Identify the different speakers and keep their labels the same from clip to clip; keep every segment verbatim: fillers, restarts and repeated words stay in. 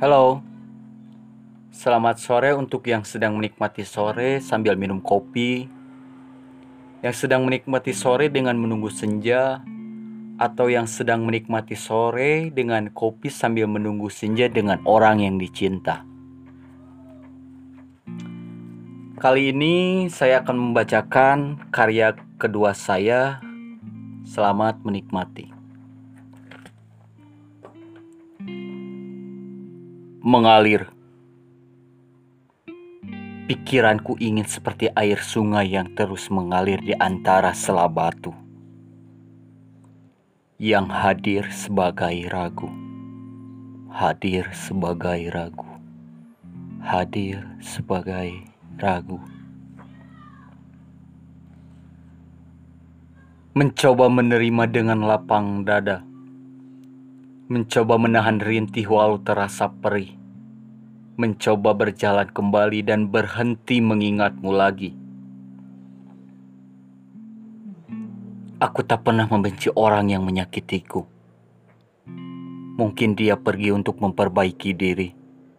Speaker 1: Halo, selamat sore untuk yang sedang menikmati sore sambil minum kopi, yang sedang menikmati sore dengan menunggu senja, atau yang sedang menikmati sore dengan kopi sambil menunggu senja dengan orang yang dicinta. Kali ini saya akan membacakan karya kedua saya. Selamat menikmati. Mengalir. Pikiranku ingin seperti air sungai yang terus mengalir di antara sela batu, yang hadir sebagai ragu, hadir sebagai ragu, hadir sebagai ragu. Mencoba menerima dengan lapang dada, mencoba menahan rintih walau terasa perih, mencoba berjalan kembali dan berhenti mengingatmu lagi. Aku tak pernah membenci orang yang menyakitiku. Mungkin dia pergi untuk memperbaiki diri.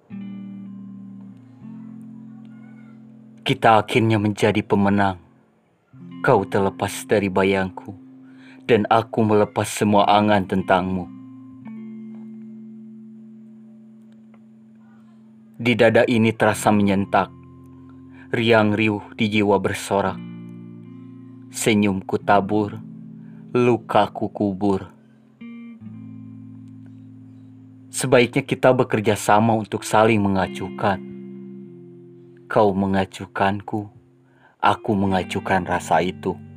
Speaker 1: Kita akhirnya menjadi pemenang. Kau terlepas dari bayangku, dan aku melepas semua angan tentangmu. Di dada ini terasa menyentak, riang riuh di jiwa bersorak. Senyumku tabur, lukaku kubur. Sebaiknya kita bekerja sama untuk saling mengacuhkan. Kau mengacuhkanku, aku mengacuhkan rasa itu.